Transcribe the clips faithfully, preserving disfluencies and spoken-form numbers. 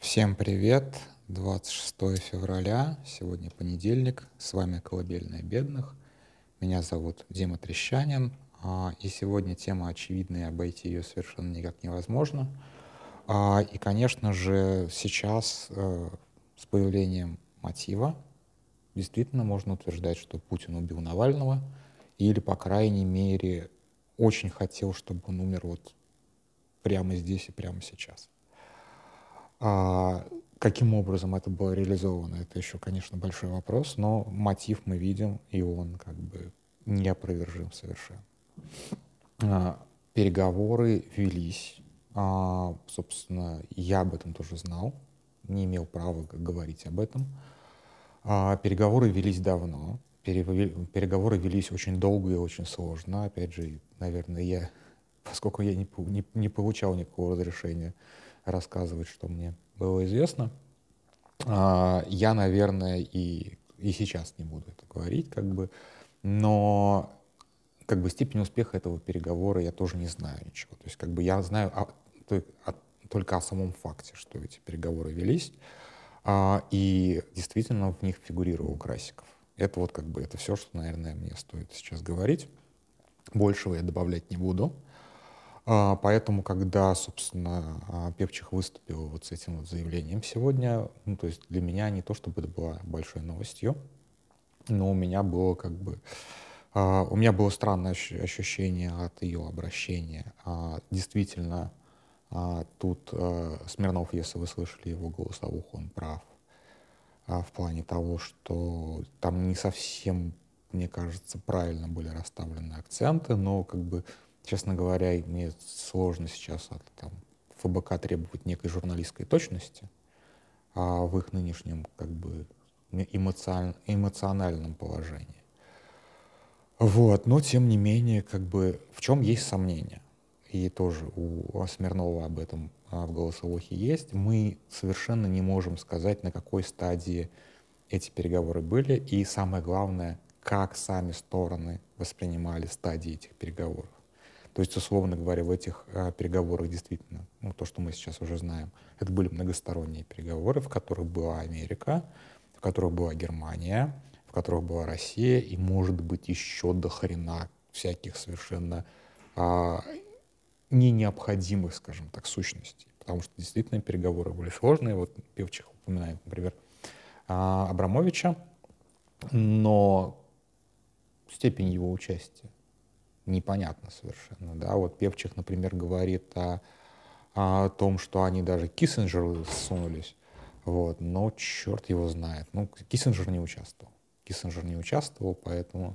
Всем привет! двадцать шестое февраля, сегодня понедельник, с вами «Колыбельная бедных». Меня зовут Дима Трещанин, а, и сегодня тема очевидная, обойти ее совершенно никак невозможно. А, И, конечно же, сейчас э, с появлением мотива действительно можно утверждать, что Путин убил Навального, или, по крайней мере, очень хотел, чтобы он умер вот прямо здесь и прямо сейчас. А каким образом это было реализовано, это еще, конечно, большой вопрос, но мотив мы видим, и он как бы неопровержим совершенно. А, переговоры велись. А, собственно, я об этом тоже знал, не имел права говорить об этом. А, переговоры велись давно. Переве- Переговоры велись очень долго и очень сложно. Опять же, наверное, я, поскольку я не, пу- не, не получал никакого разрешения рассказывать, что мне было известно, а, я, наверное, и, и сейчас не буду это говорить, как бы, но как бы степень успеха этого переговора я тоже не знаю ничего. То есть как бы я знаю о- то- о- только о самом факте, что эти переговоры велись, а, и действительно в них фигурировал Красиков. Это вот как бы это все, что, наверное, мне стоит сейчас говорить. Большего я добавлять не буду. А, Поэтому, когда, собственно, а, Певчих выступил вот с этим вот заявлением сегодня, ну, то есть для меня не то, чтобы это была большой новостью, но у меня было как бы, а, у меня было странное ощ- ощущение от ее обращения. А, Действительно, а, тут а, Смирнов, если вы слышали его голосовуху, он прав а, в плане того, что там не совсем, мне кажется, правильно были расставлены акценты, но, как бы, честно говоря, и мне сложно сейчас от там, ФБК требовать некой журналистской точности а в их нынешнем как бы эмоцион- эмоциональном положении. Вот, но тем не менее, как бы в чем есть сомнения, и тоже у Смирнова об этом а, в голосовухе есть, мы совершенно не можем сказать, на какой стадии эти переговоры были, и самое главное, как сами стороны воспринимали стадии этих переговоров. То есть, условно говоря, в этих а, переговорах действительно, ну, то, что мы сейчас уже знаем, это были многосторонние переговоры, в которых была Америка, в которых была Германия, в которых была Россия, и, может быть, еще до хрена всяких совершенно а, не необходимых, скажем так, сущностей. Потому что действительно переговоры были сложные. Вот Певчих упоминает, например, а, Абрамовича, но степень его участия непонятна совершенно. Да? Вот Певчих, например, говорит о, о том, что они даже к Киссинджеру сунулись, вот, но черт его знает. Ну, Киссинджер не участвовал. Киссинджер не участвовал, поэтому,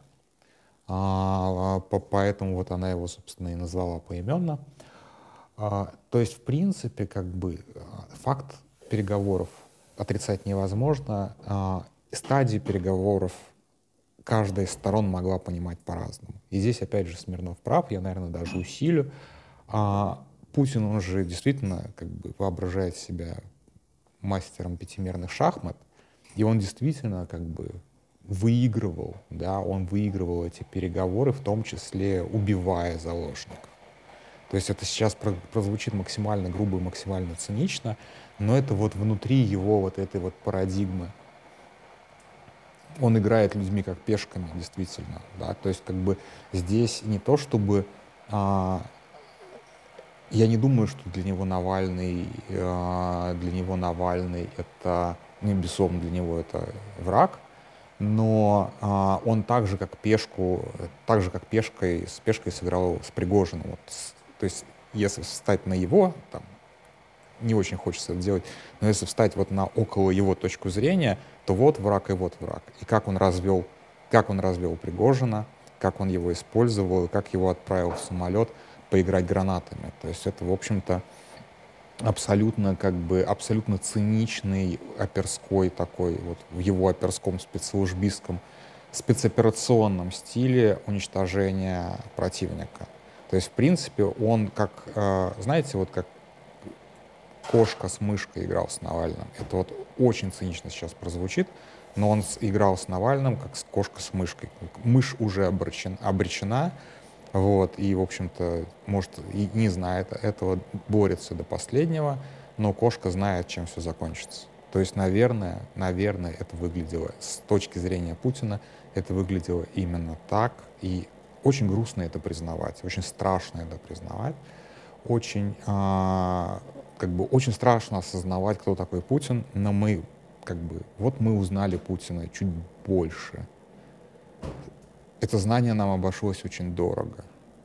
а, по- поэтому вот она его, собственно, и назвала поименно. А, то есть, в принципе, как бы а, факт переговоров отрицать невозможно. А, стадию переговоров каждая из сторон могла понимать по-разному. И здесь, опять же, Смирнов прав, я, наверное, даже усилю. А Путин, он же действительно как бы воображает себя мастером пятимерных шахмат, и он действительно как бы выигрывал, да, он выигрывал эти переговоры, в том числе убивая заложников. То есть это сейчас про- прозвучит максимально грубо и максимально цинично, но это вот внутри его вот этой вот парадигмы. Он играет людьми как пешками, действительно, да, то есть как бы здесь не то, чтобы а, я не думаю, что для него Навальный, а, для него Навальный это, ну, безусловно, для него это враг, но а, он так же, как пешку, так же, как пешкой, с пешкой сыграл с Пригожиным. Вот, с- то есть, если встать на его, там, не очень хочется это делать, но если встать вот на около его точку зрения, то вот враг и вот враг. И как он развел, как он развел Пригожина, как он его использовал, как его отправил в самолет поиграть гранатами. То есть это, в общем-то, абсолютно как бы абсолютно циничный оперской такой вот в его оперском спецслужбистском спецоперационном стиле уничтожения противника. То есть, в принципе, он как, э, знаете, вот как кошка с мышкой играл с Навальным. Это вот очень цинично сейчас прозвучит, но он с- играл с Навальным как с кошка с мышкой. Мышь уже обречен, обречена, вот, и, в общем-то, может, и не знает этого, борется до последнего, но кошка знает, чем все закончится. То есть, наверное, наверное, это выглядело с точки зрения Путина, это выглядело именно так, и очень грустно это признавать, очень страшно это признавать, очень, а, как бы, очень страшно осознавать, кто такой Путин, но мы, как бы, вот мы узнали Путина чуть больше. Это знание нам обошлось очень дорого,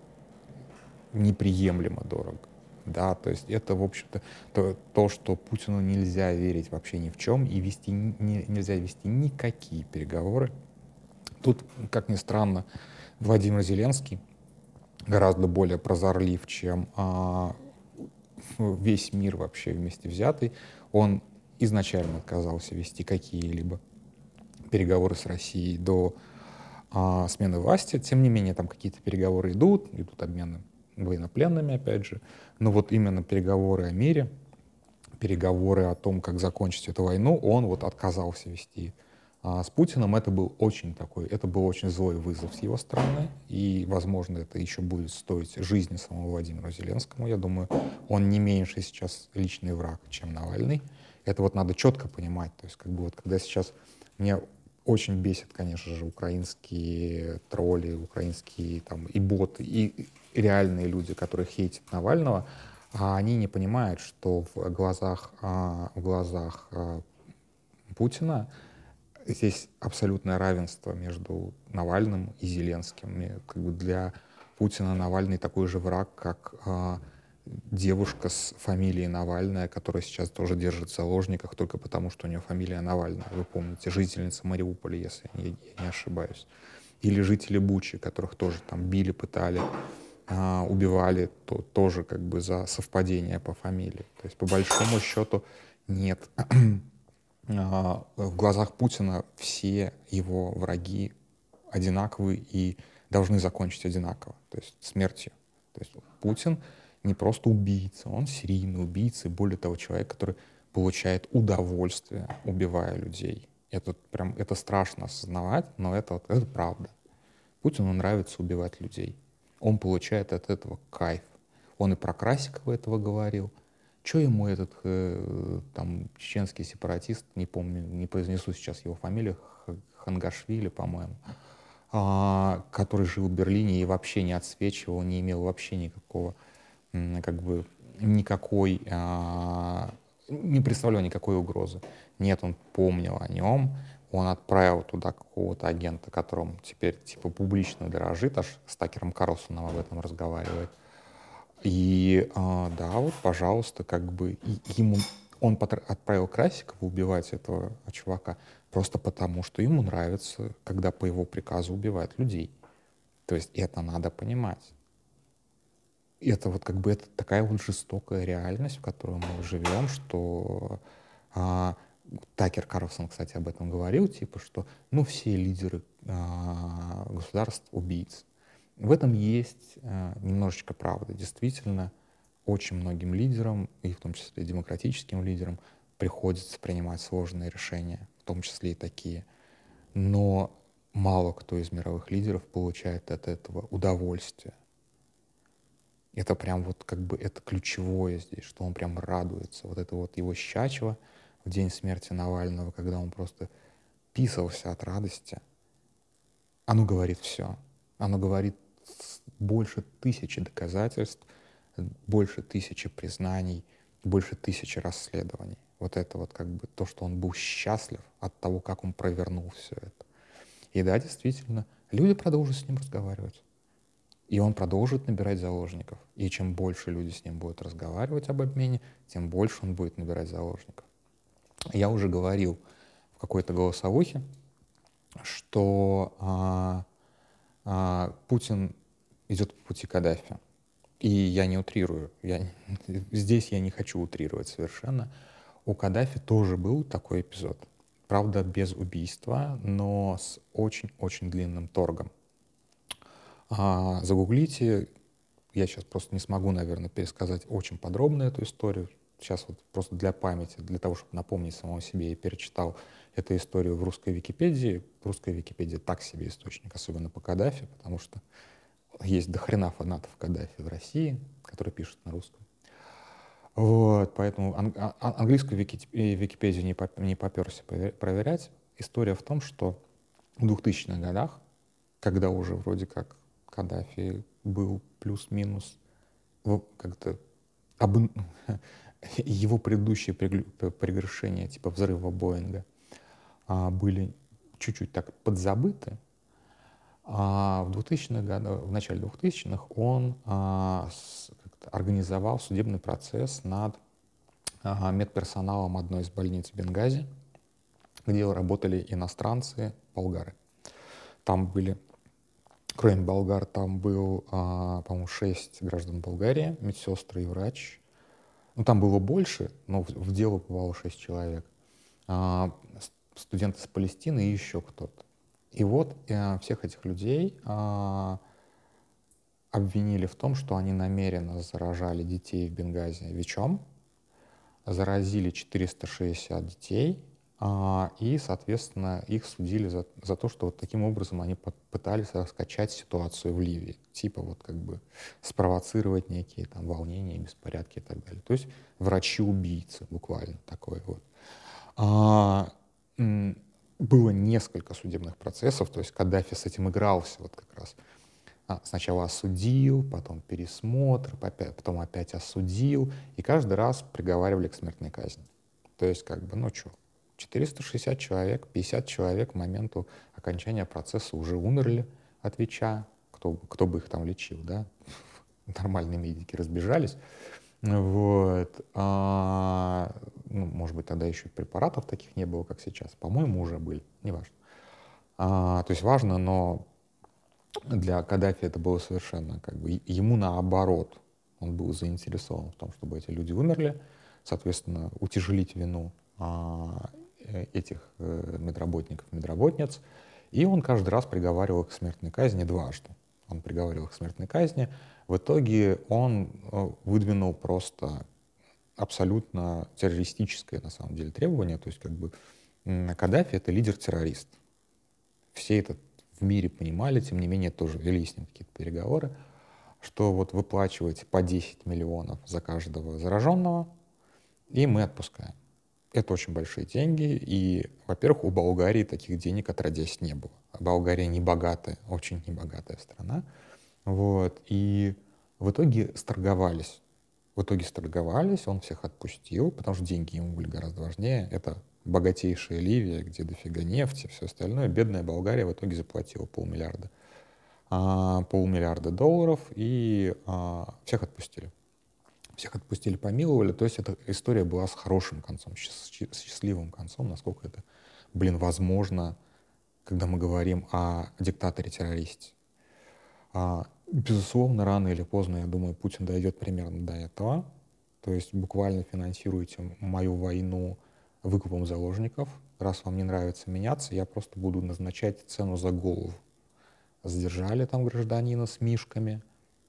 неприемлемо дорого. Да, то есть это, в общем-то, то, то, что Путину нельзя верить вообще ни в чем и вести, не, нельзя вести никакие переговоры. Тут, как ни странно, Владимир Зеленский гораздо более прозорлив, чем а, весь мир вообще вместе взятый. Он изначально отказался вести какие-либо переговоры с Россией до а, смены власти. Тем не менее, там какие-то переговоры идут, идут обмены военнопленными, опять же. Но вот именно переговоры о мире, переговоры о том, как закончить эту войну, он вот отказался вести а, с Путиным. Это был очень такой, это был очень злой вызов с его стороны, и, возможно, это еще будет стоить жизни самому Владимиру Зеленскому. Я думаю, он не меньше сейчас личный враг, чем Навальный. Это вот надо четко понимать. То есть, как бы вот, когда сейчас мне очень бесит, конечно же, украинские тролли, украинские там и боты, и реальные люди, которые хейтят Навального, а они не понимают, что в глазах, а, в глазах а, Путина здесь абсолютное равенство между Навальным и Зеленским. И, как бы, для Путина Навальный такой же враг, как а, девушка с фамилией Навальная, которая сейчас тоже держит в заложниках только потому, что у нее фамилия Навальная. Вы помните, жительница Мариуполя, если я не, я не ошибаюсь. Или жители Бучи, которых тоже там били, пытали, а, убивали, то тоже как бы за совпадение по фамилии. То есть по большому счету нет. А, в глазах Путина все его враги одинаковы и должны закончить одинаково, то есть смертью. То есть Путин не просто убийца, он серийный убийца, и более того, человек, который получает удовольствие, убивая людей. Это прям, это страшно осознавать, но это, это правда. Путину нравится убивать людей. Он получает от этого кайф. Он и про Красикова этого говорил. Что ему этот э, там чеченский сепаратист, не помню, не произнесу сейчас его фамилию, Хангашвили, по-моему, а, который жил в Берлине и вообще не отсвечивал, не имел вообще никакого, как бы, никакой, а, не представлял никакой угрозы. Нет, он помнил о нем, он отправил туда какого-то агента, которым теперь типа публично дорожит, аж с Такером Карлсоном об этом разговаривает. И а, да, вот, пожалуйста, как бы и ему он потр- отправил Красикова убивать этого чувака просто потому, что ему нравится, когда по его приказу убивают людей. То есть это надо понимать. И это вот как бы это такая вот жестокая реальность, в которой мы живем, что а, Такер Карлсон, кстати, об этом говорил, типа, что ну все лидеры а, государств убийцы. В этом есть а, немножечко правды. Действительно, очень многим лидерам, и в том числе демократическим лидерам, приходится принимать сложные решения, в том числе и такие. Но мало кто из мировых лидеров получает от этого удовольствие. Это прям вот как бы это ключевое здесь, что он прям радуется. Вот это вот его щачево в день смерти Навального, когда он просто писался от радости, оно говорит все. Оно говорит больше тысячи доказательств, больше тысячи признаний, больше тысячи расследований. Вот это вот как бы то, что он был счастлив от того, как он провернул все это. И да, действительно, люди продолжат с ним разговаривать. И он продолжит набирать заложников. И чем больше люди с ним будут разговаривать об обмене, тем больше он будет набирать заложников. Я уже говорил в какой-то голосовухе, что а, а, Путин идет по пути Каддафи. И я не утрирую. Я, здесь я не хочу утрировать совершенно. У Каддафи тоже был такой эпизод. Правда, без убийства, но с очень-очень длинным торгом. А, загуглите, я сейчас просто не смогу, наверное, пересказать очень подробно эту историю. Сейчас вот просто для памяти, для того, чтобы напомнить самому себе, я перечитал эту историю в русской Википедии. Русская Википедия так себе источник, особенно по Каддафи, потому что есть дохрена фанатов Каддафи в России, которые пишут на русском. Вот, поэтому ан- а- а- английскую Вики- э, Википедию не, поп- не поперся пове- проверять. История в том, что в двухтысячных годах, когда уже вроде как Каддафи был плюс-минус в- как-то об- его предыдущие прегл- п- прегрешения, типа взрыва Боинга, а, были чуть-чуть так подзабыты, а в двухтысячных годах, в начале двухтысячных он а, с- как-то организовал судебный процесс над а, медперсоналом одной из больниц Бенгази, где работали иностранцы, болгары. Там были, кроме болгар, там был, а, по-моему, шесть граждан Болгарии, медсестры и врач. Ну, там было больше, но в, в дело попало шесть человек. А, с- студенты с Палестины и еще кто-то. И вот э, всех этих людей а, обвинили в том, что они намеренно заражали детей в Бенгази ВИЧом, заразили четыреста шестьдесят детей, а, и, соответственно, их судили за, за то, что вот таким образом они по- пытались раскачать ситуацию в Ливии, типа вот как бы спровоцировать некие там волнения, беспорядки и так далее. То есть врачи-убийцы буквально такое вот. А, м, было несколько судебных процессов, то есть Каддафи с этим игрался вот как раз. А, сначала осудил, потом пересмотр, попя- потом опять осудил, и каждый раз приговаривали к смертной казни. То есть как бы, ну что, четыреста шестьдесят человек, пятьдесят человек к моменту окончания процесса уже умерли от ВИЧа, кто, кто бы их там лечил, да, нормальные медики разбежались. Вот. А, ну, может быть, тогда еще препаратов таких не было, как сейчас. По-моему, уже были, неважно. А, то есть важно, но для Каддафи это было совершенно как бы ему наоборот. Он был заинтересован в том, чтобы эти люди умерли, соответственно, утяжелить вину а, э, этих э, медработников, медработниц. И он каждый раз приговаривал их к смертной казни дважды. Он приговаривал их к смертной казни. В итоге он э, выдвинул просто абсолютно террористическое, на самом деле, требование. То есть как бы м, Каддафи — это лидер-террорист. Все это в мире понимали, тем не менее тоже вели с ним какие-то переговоры, что вот выплачиваете по десять миллионов за каждого зараженного, и мы отпускаем. Это очень большие деньги, и, во-первых, у Болгарии таких денег отродясь не было. Болгария не богатая, очень небогатая страна, вот, и в итоге сторговались. В итоге сторговались, он всех отпустил, потому что деньги ему были гораздо важнее. Это богатейшая Ливия, где дофига нефти, все остальное. Бедная Болгария в итоге заплатила полмиллиарда, а, полмиллиарда долларов, и а, всех отпустили. Всех отпустили, помиловали. То есть эта история была с хорошим концом, с счастливым концом, насколько это, блин, возможно, когда мы говорим о диктаторе-террористе. А, безусловно, рано или поздно, я думаю, Путин дойдет примерно до этого. То есть буквально финансируете мою войну выкупом заложников. Раз вам не нравится меняться, я просто буду назначать цену за голову. Задержали там гражданина с мишками,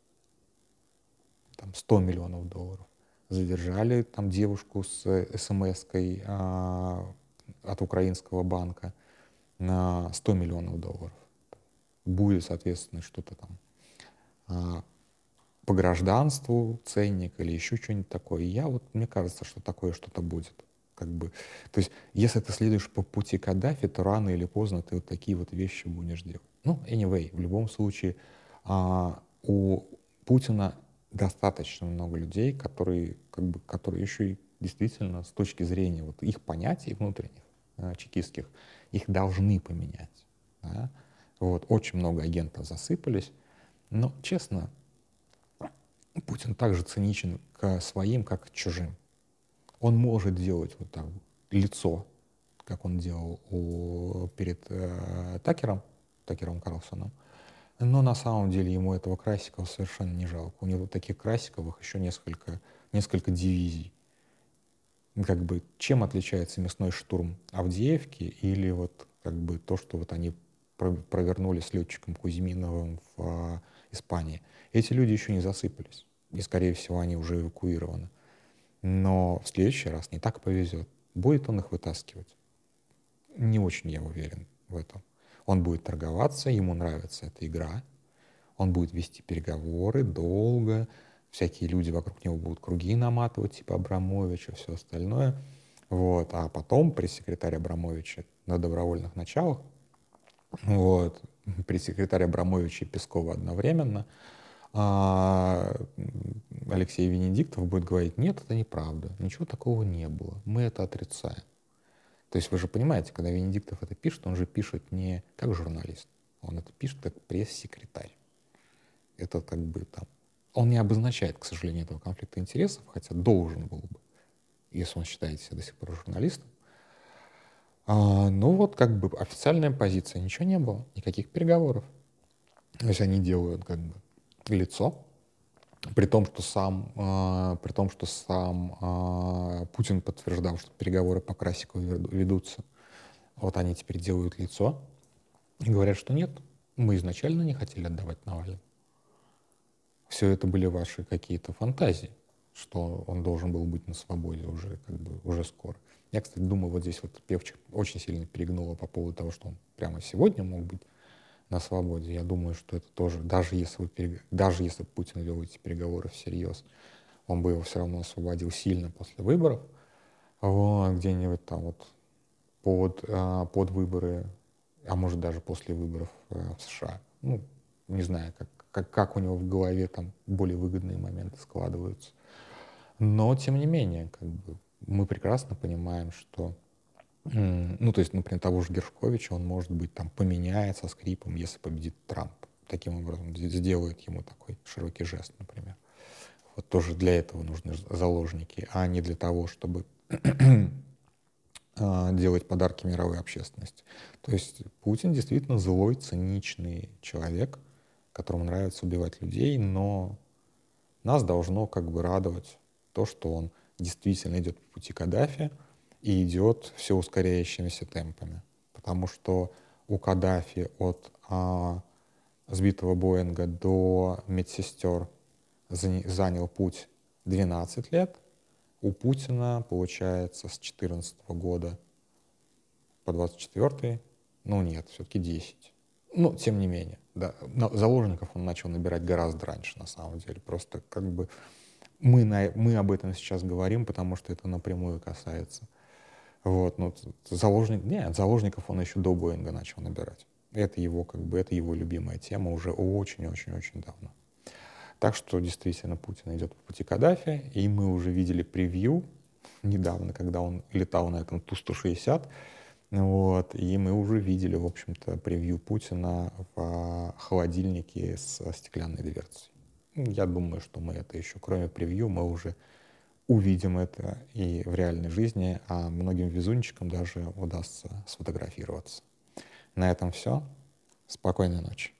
там сто миллионов долларов. Задержали там девушку с смс-кой а, от украинского банка на сто миллионов долларов. Будет, соответственно, что-то там а, по гражданству ценник или еще что-нибудь такое. И я вот, мне кажется, что такое что-то будет. Как бы, то есть, если ты следуешь по пути Каддафи, то рано или поздно ты вот такие вот вещи будешь делать. Ну, anyway, в любом случае, а, у Путина достаточно много людей, которые, как бы, которые еще и действительно с точки зрения вот их понятий внутренних, а, чекистских, их должны поменять. Да? Вот, очень много агентов засыпались. Но, честно, Путин также циничен к своим, как к чужим. Он может делать вот так вот лицо, как он делал у, перед э, Такером, Такером Карлсоном, но на самом деле ему этого Красикова совершенно не жалко. У него таких Красиковых еще несколько, несколько дивизий. Как бы чем отличается мясной штурм Авдеевки или вот как бы то, что вот они провернули с летчиком Кузьминовым в а, Испании. Эти люди еще не засыпались, и, скорее всего, они уже эвакуированы. Но в следующий раз не так повезет. Будет он их вытаскивать? Не очень я уверен в этом. Он будет торговаться, ему нравится эта игра, он будет вести переговоры долго, всякие люди вокруг него будут круги наматывать, типа Абрамовича, все остальное. Вот. А потом пресс-секретарь Абрамовича на добровольных началах, вот, пресс-секретарь Абрамовича и Пескова одновременно, а Алексей Венедиктов будет говорить: нет, это неправда, ничего такого не было, мы это отрицаем. То есть вы же понимаете, когда Венедиктов это пишет, он же пишет не как журналист, он это пишет как пресс-секретарь. Это как бы там... Он не обозначает, к сожалению, этого конфликта интересов, хотя должен был бы, если он считает себя до сих пор журналистом. А, ну вот как бы официальная позиция, ничего не было, никаких переговоров. То есть они делают как бы лицо, при том, что сам, э, при том, что сам э, Путин подтверждал, что переговоры по Красикову ведутся. Вот они теперь делают лицо и говорят, что нет, мы изначально не хотели отдавать Навального. Все это были ваши какие-то фантазии, что он должен был быть на свободе уже, как бы, уже скоро. Я, кстати, думаю, вот здесь вот Певчих очень сильно перегнула по поводу того, что он прямо сегодня мог быть на свободе. Я думаю, что это тоже, даже если, бы, перег... даже если бы Путин вел эти переговоры всерьез, он бы его все равно освободил сильно после выборов, вот, где-нибудь там вот под, а, под выборы, а может даже после выборов а, в США. Ну, не знаю, как, как, как у него в голове там более выгодные моменты складываются. Но, тем не менее, как бы, мы прекрасно понимаем, что, ну, то есть, например, того же Гершковича, он, может быть, там поменяет со скрипом, если победит Трамп. Таким образом, сделает ему такой широкий жест, например. Вот тоже для этого нужны заложники, а не для того, чтобы делать подарки мировой общественности. То есть Путин действительно злой, циничный человек, которому нравится убивать людей, но нас должно как бы радовать то, что он действительно идет по пути Каддафи и идет все ускоряющимися темпами. Потому что у Каддафи от а, сбитого Боинга до медсестер занял путь двенадцать лет, у Путина, получается, с четырнадцатого года по двадцать четвёртый, ну нет, все-таки десять. Ну, тем не менее, да, заложников он начал набирать гораздо раньше, на самом деле. Просто как бы мы, на, мы об этом сейчас говорим, потому что это напрямую касается. Вот, ну, заложник, нет, заложников он еще до Боинга начал набирать. Это его, как бы, это его любимая тема уже очень-очень-очень давно. Так что действительно Путин идет по пути Каддафи, и мы уже видели превью недавно, когда он летал на этом Ту сто шестьдесят, вот, и мы уже видели, в общем-то, превью Путина в холодильнике с стеклянной дверцей. Я думаю, что мы это еще, кроме превью, мы уже увидим это и в реальной жизни, а многим везунчикам даже удастся сфотографироваться. На этом все. Спокойной ночи.